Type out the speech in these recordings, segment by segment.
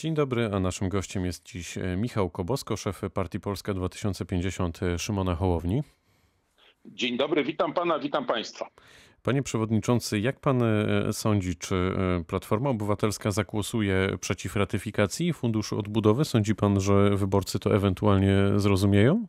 Dzień dobry, a naszym gościem jest dziś Michał Kobosko, szef partii Polska 2050 Szymona Hołowni. Dzień dobry, witam pana, witam państwa. Panie przewodniczący, jak pan sądzi, czy Platforma Obywatelska zagłosuje przeciw ratyfikacji Funduszu Odbudowy? Sądzi pan, że wyborcy to ewentualnie zrozumieją?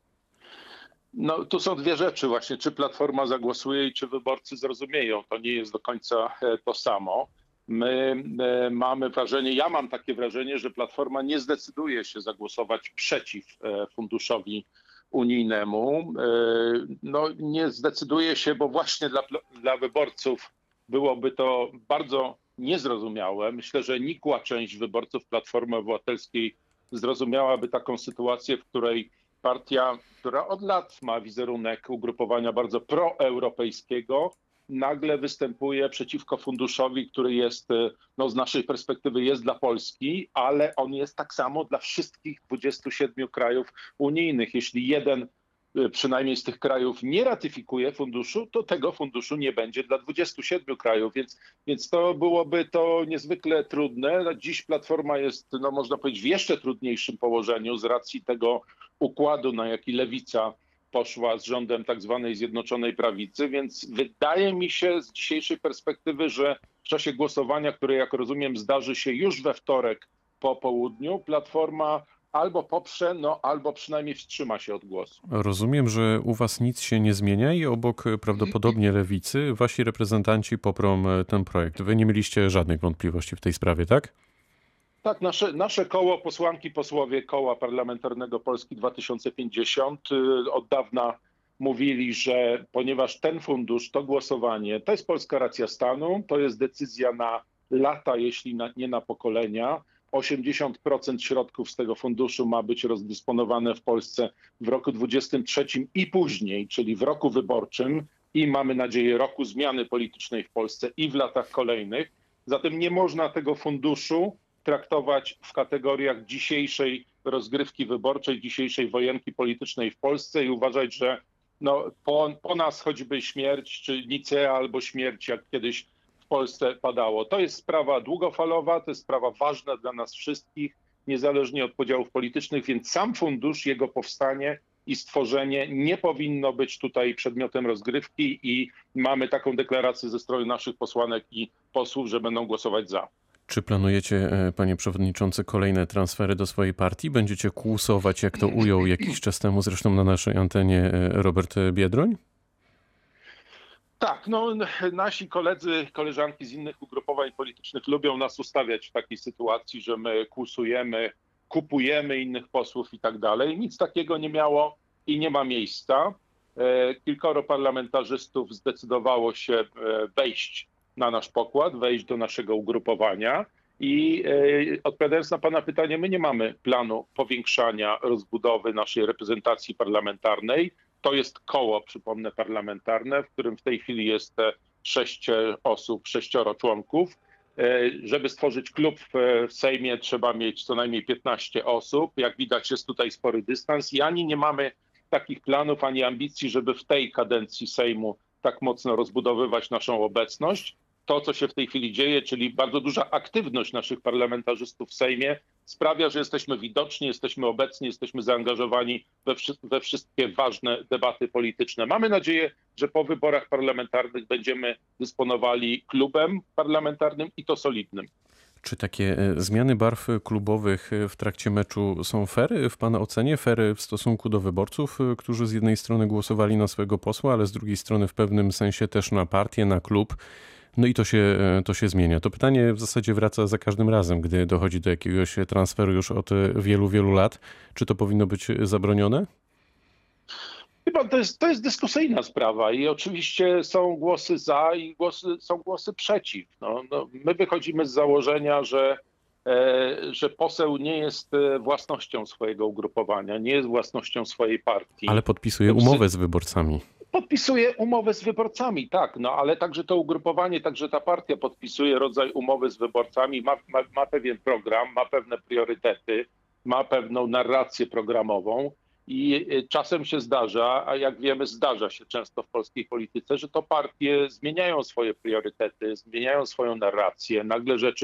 No, tu są dwie rzeczy właśnie, czy Platforma zagłosuje i czy wyborcy zrozumieją. To nie jest do końca to samo. My mamy wrażenie, ja mam takie wrażenie, że Platforma nie zdecyduje się zagłosować przeciw funduszowi unijnemu. No, nie zdecyduje się, bo właśnie dla wyborców byłoby to bardzo niezrozumiałe. Myślę, że nikła część wyborców Platformy Obywatelskiej zrozumiałaby taką sytuację, w której partia, która od lat ma wizerunek ugrupowania bardzo proeuropejskiego, nagle występuje przeciwko funduszowi, który jest, no z naszej perspektywy jest dla Polski, ale on jest tak samo dla wszystkich 27 krajów unijnych. Jeśli jeden przynajmniej z tych krajów nie ratyfikuje funduszu, to tego funduszu nie będzie dla 27 krajów, więc to byłoby to niezwykle trudne. Dziś Platforma jest, no można powiedzieć, w jeszcze trudniejszym położeniu z racji tego układu, na jaki Lewica poszła z rządem tak zwanej Zjednoczonej Prawicy, więc wydaje mi się z dzisiejszej perspektywy, że w czasie głosowania, które jak rozumiem zdarzy się już we wtorek po południu, Platforma albo poprze, no albo przynajmniej wstrzyma się od głosu. Rozumiem, że u was nic się nie zmienia i obok prawdopodobnie Lewicy wasi reprezentanci poprą ten projekt. Wy nie mieliście żadnych wątpliwości w tej sprawie, tak? Tak, nasze koło, posłanki, posłowie Koła Parlamentarnego Polski 2050 od dawna mówili, że ponieważ ten fundusz, to głosowanie, to jest polska racja stanu, to jest decyzja na lata, jeśli nie na pokolenia. 80% środków z tego funduszu ma być rozdysponowane w Polsce w roku 2023 i później, czyli w roku wyborczym i mamy nadzieję roku zmiany politycznej w Polsce i w latach kolejnych. Zatem nie można tego funduszu traktować w kategoriach dzisiejszej rozgrywki wyborczej, dzisiejszej wojenki politycznej w Polsce i uważać, że no, po nas choćby śmierć, czy Nicea albo śmierć, jak kiedyś w Polsce padało. To jest sprawa długofalowa, to jest sprawa ważna dla nas wszystkich, niezależnie od podziałów politycznych, więc sam fundusz, jego powstanie i stworzenie nie powinno być tutaj przedmiotem rozgrywki i mamy taką deklarację ze strony naszych posłanek i posłów, że będą głosować za. Czy planujecie, panie przewodniczący, kolejne transfery do swojej partii? Będziecie kłusować, jak to ujął jakiś czas temu zresztą na naszej antenie Robert Biedroń? Tak, no nasi koledzy, koleżanki z innych ugrupowań politycznych lubią nas ustawiać w takiej sytuacji, że my kłusujemy, kupujemy innych posłów i tak dalej. Nic takiego nie miało i nie ma miejsca. Kilkoro parlamentarzystów zdecydowało się wejść na nasz pokład, wejść do naszego ugrupowania i odpowiadając na pana pytanie, my nie mamy planu powiększania rozbudowy naszej reprezentacji parlamentarnej. To jest koło, przypomnę, parlamentarne, w którym w tej chwili jest 6 członków. Żeby stworzyć klub w Sejmie trzeba mieć co najmniej 15 osób. Jak widać jest tutaj spory dystans i ani nie mamy takich planów, ani ambicji, żeby w tej kadencji Sejmu tak mocno rozbudowywać naszą obecność. To, co się w tej chwili dzieje, czyli bardzo duża aktywność naszych parlamentarzystów w Sejmie sprawia, że jesteśmy widoczni, jesteśmy obecni, jesteśmy zaangażowani we wszystkie ważne debaty polityczne. Mamy nadzieję, że po wyborach parlamentarnych będziemy dysponowali klubem parlamentarnym i to solidnym. Czy takie zmiany barw klubowych w trakcie meczu są fair w pana ocenie? Fair w stosunku do wyborców, którzy z jednej strony głosowali na swojego posła, ale z drugiej strony w pewnym sensie też na partię, na klub. No i to się zmienia. To pytanie w zasadzie wraca za każdym razem, gdy dochodzi do jakiegoś transferu już od wielu, wielu lat. Czy to powinno być zabronione? Chyba to jest dyskusyjna sprawa i oczywiście są głosy za i są głosy przeciw. No, my wychodzimy z założenia, że poseł nie jest własnością swojego ugrupowania, nie jest własnością swojej partii. Ale podpisuje umowę z wyborcami. Podpisuje umowę z wyborcami, tak, no ale także to ugrupowanie, także ta partia podpisuje rodzaj umowy z wyborcami, ma pewien program, ma pewne priorytety, ma pewną narrację programową i czasem się zdarza, a jak wiemy zdarza się często w polskiej polityce, że to partie zmieniają swoje priorytety, zmieniają swoją narrację, nagle rzeczy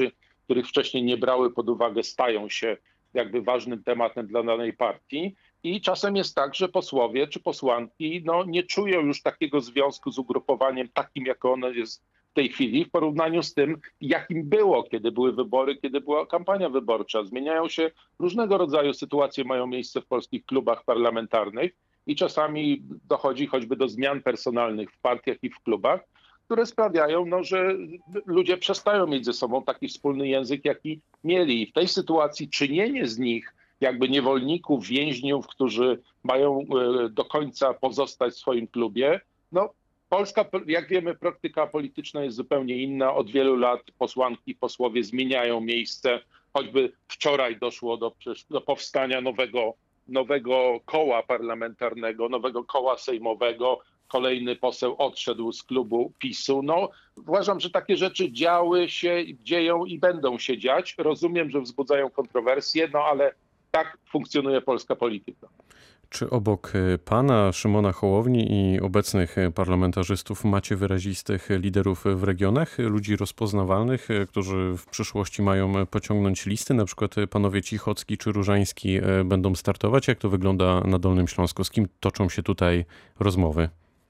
których wcześniej nie brały pod uwagę, stają się jakby ważnym tematem dla danej partii. I czasem jest tak, że posłowie czy posłanki nie czują już takiego związku z ugrupowaniem takim, jak ono jest w tej chwili, w porównaniu z tym, jakim było, kiedy były wybory, kiedy była kampania wyborcza. Zmieniają się różnego rodzaju sytuacje, mają miejsce w polskich klubach parlamentarnych i czasami dochodzi choćby do zmian personalnych w partiach i w klubach, które sprawiają, że ludzie przestają mieć ze sobą taki wspólny język, jaki mieli. I w tej sytuacji czynienie z nich jakby niewolników, więźniów, którzy mają do końca pozostać w swoim klubie. Polska, jak wiemy, praktyka polityczna jest zupełnie inna. Od wielu lat posłanki i posłowie zmieniają miejsce. Choćby wczoraj doszło do powstania nowego koła parlamentarnego, nowego koła sejmowego. Kolejny poseł odszedł z klubu PiS-u. Uważam, że takie rzeczy działy się, dzieją i będą się dziać. Rozumiem, że wzbudzają kontrowersje, ale tak funkcjonuje polska polityka. Czy obok pana, Szymona Hołowni i obecnych parlamentarzystów macie wyrazistych liderów w regionach, ludzi rozpoznawalnych, którzy w przyszłości mają pociągnąć listy? Na przykład panowie Cichocki czy Różański będą startować? Jak to wygląda na Dolnym Śląsku? Z kim toczą się tutaj rozmowy?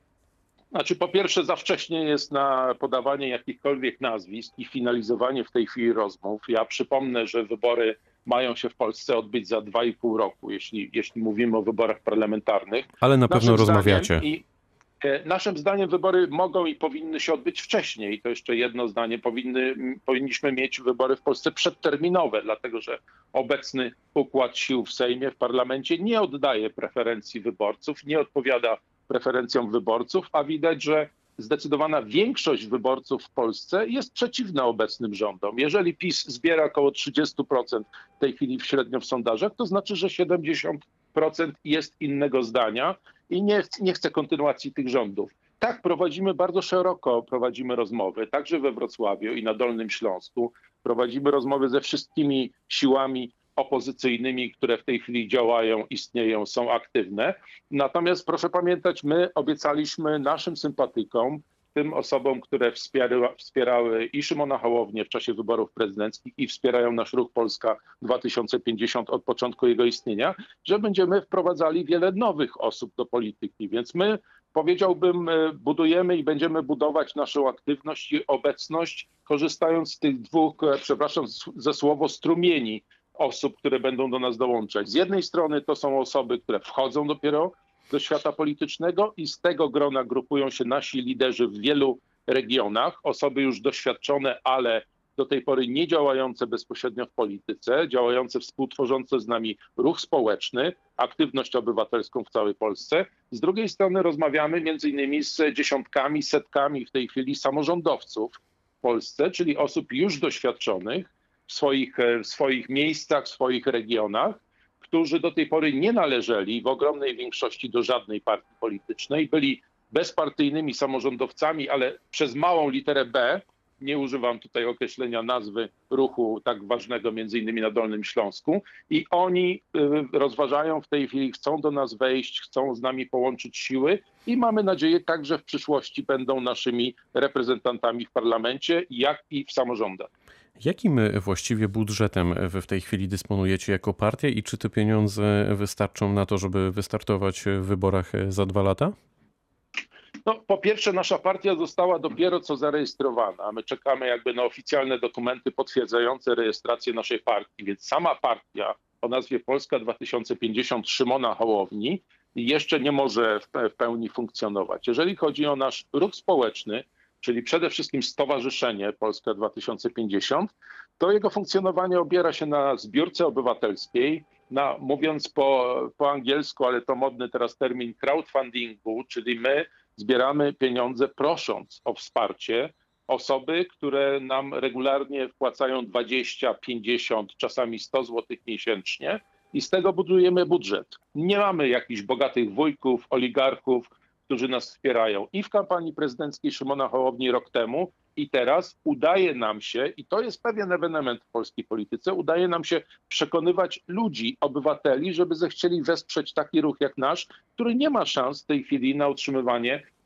Po pierwsze, za wcześnie jest na podawanie jakichkolwiek nazwisk i finalizowanie w tej chwili rozmów. Ja przypomnę, że wybory mają się w Polsce odbyć za 2,5 roku, jeśli mówimy o wyborach parlamentarnych. Ale na pewno rozmawiacie. Naszym zdaniem wybory mogą i powinny się odbyć wcześniej. To jeszcze jedno zdanie. Powinniśmy mieć wybory w Polsce przedterminowe, dlatego że obecny układ sił w Sejmie, w parlamencie nie oddaje preferencji wyborców, nie odpowiada preferencjom wyborców, a widać, że zdecydowana większość wyborców w Polsce jest przeciwna obecnym rządom. Jeżeli PiS zbiera około 30% w tej chwili średnio w sondażach, to znaczy, że 70% jest innego zdania i nie chce kontynuacji tych rządów. Tak, bardzo szeroko prowadzimy rozmowy, także we Wrocławiu i na Dolnym Śląsku. Prowadzimy rozmowy ze wszystkimi siłami opozycyjnymi, które w tej chwili działają, istnieją, są aktywne. Natomiast proszę pamiętać, my obiecaliśmy naszym sympatykom, tym osobom, które wspierały i Szymona Hołownię w czasie wyborów prezydenckich i wspierają nasz ruch Polska 2050 od początku jego istnienia, że będziemy wprowadzali wiele nowych osób do polityki. Więc my, powiedziałbym, budujemy i będziemy budować naszą aktywność i obecność, korzystając z tych dwóch, przepraszam za słowo, strumieni osób, które będą do nas dołączać. Z jednej strony to są osoby, które wchodzą dopiero do świata politycznego i z tego grona grupują się nasi liderzy w wielu regionach, osoby już doświadczone, ale do tej pory nie działające bezpośrednio w polityce, działające, współtworzące z nami ruch społeczny, aktywność obywatelską w całej Polsce. Z drugiej strony rozmawiamy między innymi z dziesiątkami, setkami w tej chwili samorządowców w Polsce, czyli osób już doświadczonych w swoich miejscach, w swoich regionach, którzy do tej pory nie należeli w ogromnej większości do żadnej partii politycznej, byli bezpartyjnymi samorządowcami, ale przez małą literę B, nie używam tutaj określenia nazwy ruchu tak ważnego między innymi na Dolnym Śląsku, i oni rozważają w tej chwili, chcą do nas wejść, chcą z nami połączyć siły i mamy nadzieję także w przyszłości będą naszymi reprezentantami w parlamencie, jak i w samorządach. Jakim właściwie budżetem wy w tej chwili dysponujecie jako partia i czy te pieniądze wystarczą na to, żeby wystartować w wyborach za 2 lata? Po pierwsze, nasza partia została dopiero co zarejestrowana. My czekamy jakby na oficjalne dokumenty potwierdzające rejestrację naszej partii, więc sama partia o nazwie Polska 2050 Szymona Hołowni jeszcze nie może w pełni funkcjonować. Jeżeli chodzi o nasz ruch społeczny, czyli przede wszystkim Stowarzyszenie Polska 2050, to jego funkcjonowanie opiera się na zbiórce obywatelskiej, mówiąc po angielsku, ale to modny teraz termin crowdfundingu, czyli my zbieramy pieniądze prosząc o wsparcie osoby, które nam regularnie wpłacają 20, 50, czasami 100 zł miesięcznie i z tego budujemy budżet. Nie mamy jakichś bogatych wujków, oligarchów, którzy nas wspierają i w kampanii prezydenckiej Szymona Hołowni rok temu i teraz udaje nam się, i to jest pewien ewenement w polskiej polityce, udaje nam się przekonywać ludzi, obywateli, żeby zechcieli wesprzeć taki ruch jak nasz, który nie ma szans w tej chwili na utrzymywanie, tak jak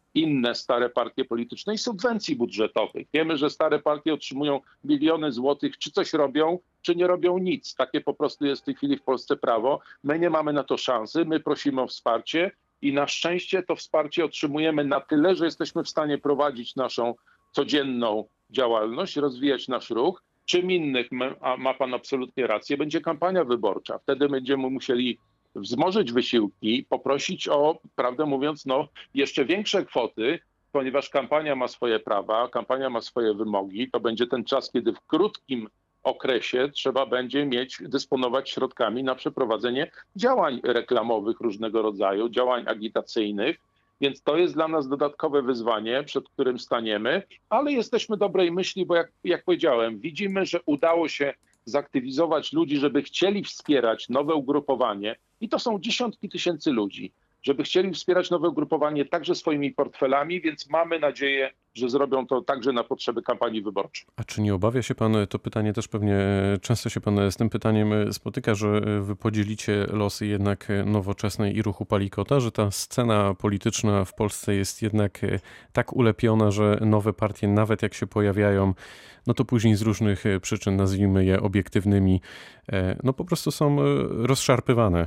inne stare partie polityczne i subwencji budżetowych. Wiemy, że stare partie otrzymują miliony złotych, czy coś robią, czy nie robią nic. Takie po prostu jest w tej chwili w Polsce prawo. My nie mamy na to szansy, my prosimy o wsparcie i na szczęście to wsparcie otrzymujemy na tyle, że jesteśmy w stanie prowadzić naszą codzienną działalność, rozwijać nasz ruch. Czym innych, a ma pan absolutnie rację, będzie kampania wyborcza. Wtedy będziemy musieli wzmożyć wysiłki, poprosić o, prawdę mówiąc, jeszcze większe kwoty, ponieważ kampania ma swoje prawa, kampania ma swoje wymogi. To będzie ten czas, kiedy w krótkim okresie trzeba będzie dysponować środkami na przeprowadzenie działań reklamowych różnego rodzaju, działań agitacyjnych. Więc to jest dla nas dodatkowe wyzwanie, przed którym staniemy, ale jesteśmy dobrej myśli, bo jak powiedziałem, widzimy, że udało się zaktywizować ludzi, żeby chcieli wspierać nowe ugrupowanie i to są dziesiątki tysięcy ludzi, żeby chcieli wspierać nowe ugrupowanie także swoimi portfelami, więc mamy nadzieję, że zrobią to także na potrzeby kampanii wyborczej. A czy nie obawia się pan, to pytanie też pewnie często się pan z tym pytaniem spotyka, że wy podzielicie losy jednak Nowoczesnej i ruchu Palikota, że ta scena polityczna w Polsce jest jednak tak ulepiona, że nowe partie, nawet jak się pojawiają, no to później z różnych przyczyn, nazwijmy je obiektywnymi, no po prostu są rozszarpywane.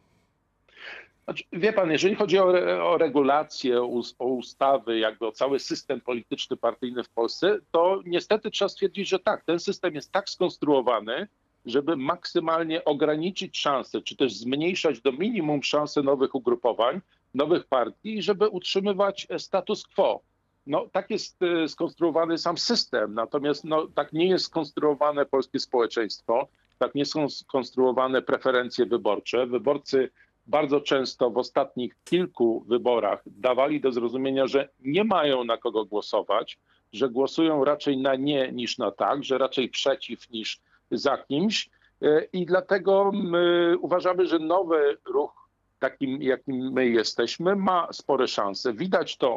Znaczy, wie pan, jeżeli chodzi o regulacje, o ustawy, jakby o cały system polityczny, partyjny w Polsce, to niestety trzeba stwierdzić, że tak, ten system jest tak skonstruowany, żeby maksymalnie ograniczyć szanse, czy też zmniejszać do minimum szanse nowych ugrupowań, nowych partii, żeby utrzymywać status quo. Tak jest skonstruowany sam system, natomiast tak nie jest skonstruowane polskie społeczeństwo, tak nie są skonstruowane preferencje wyborcze. Wyborcy bardzo często w ostatnich kilku wyborach dawali do zrozumienia, że nie mają na kogo głosować, że głosują raczej na nie niż na tak, że raczej przeciw niż za kimś. I dlatego my uważamy, że nowy ruch, takim jakim my jesteśmy, ma spore szanse. Widać to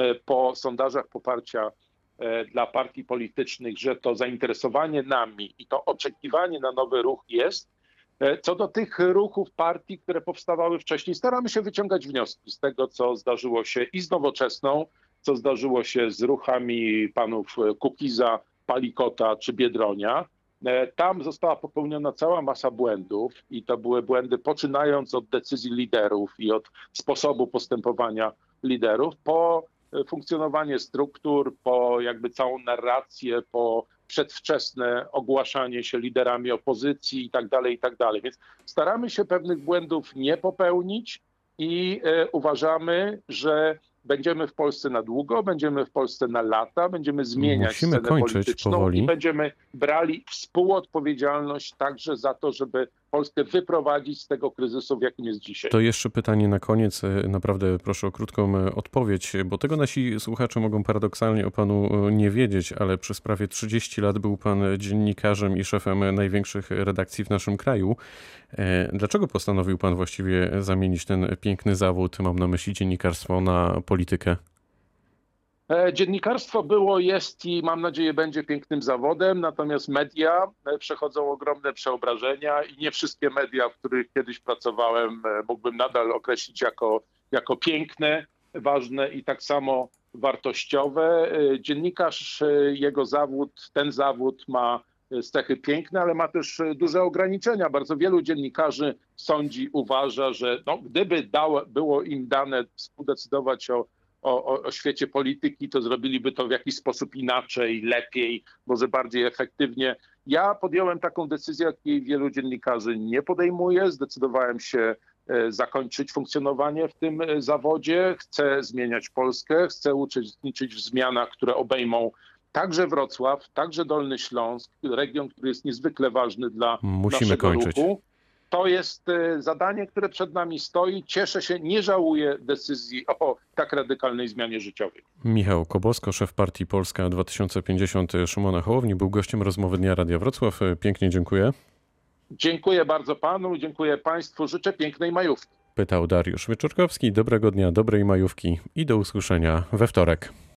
po sondażach poparcia dla partii politycznych, że to zainteresowanie nami i to oczekiwanie na nowy ruch jest. Co do tych ruchów partii, które powstawały wcześniej, staramy się wyciągać wnioski z tego, co zdarzyło się i z Nowoczesną, co zdarzyło się z ruchami panów Kukiza, Palikota czy Biedronia. Tam została popełniona cała masa błędów i to były błędy poczynając od decyzji liderów i od sposobu postępowania liderów, po funkcjonowanie struktur, po jakby całą narrację, po przedwczesne ogłaszanie się liderami opozycji i tak dalej. Więc staramy się pewnych błędów nie popełnić i uważamy, że będziemy w Polsce na długo, będziemy w Polsce na lata, będziemy zmieniać scenę polityczną powoli. I będziemy brali współodpowiedzialność także za to, żeby Polskę wyprowadzić z tego kryzysu, w jakim jest dzisiaj. To jeszcze pytanie na koniec. Naprawdę proszę o krótką odpowiedź, bo tego nasi słuchacze mogą paradoksalnie o panu nie wiedzieć, ale przez prawie 30 lat był pan dziennikarzem i szefem największych redakcji w naszym kraju. Dlaczego postanowił pan właściwie zamienić ten piękny zawód, mam na myśli dziennikarstwo, na politykę? Dziennikarstwo było, jest i mam nadzieję będzie pięknym zawodem, natomiast media przechodzą ogromne przeobrażenia i nie wszystkie media, w których kiedyś pracowałem, mógłbym nadal określić jako piękne, ważne i tak samo wartościowe. Dziennikarz, jego zawód, ten zawód ma cechy piękne, ale ma też duże ograniczenia. Bardzo wielu dziennikarzy uważa, że gdyby było im dane współdecydować o świecie polityki, to zrobiliby to w jakiś sposób inaczej, lepiej, może bardziej efektywnie. Ja podjąłem taką decyzję, jakiej wielu dziennikarzy nie podejmuje. Zdecydowałem się zakończyć funkcjonowanie w tym zawodzie. Chcę zmieniać Polskę, chcę uczestniczyć w zmianach, które obejmą także Wrocław, także Dolny Śląsk, region, który jest niezwykle ważny dla naszego ruchu. To jest zadanie, które przed nami stoi. Cieszę się, nie żałuję decyzji o tak radykalnej zmianie życiowej. Michał Kobosko, szef partii Polska 2050 Szymona Hołowni, był gościem rozmowy Dnia Radia Wrocław. Pięknie dziękuję. Dziękuję bardzo panu, dziękuję państwu. Życzę pięknej majówki. Pytał Dariusz Wieczorkowski. Dobrego dnia, dobrej majówki i do usłyszenia we wtorek.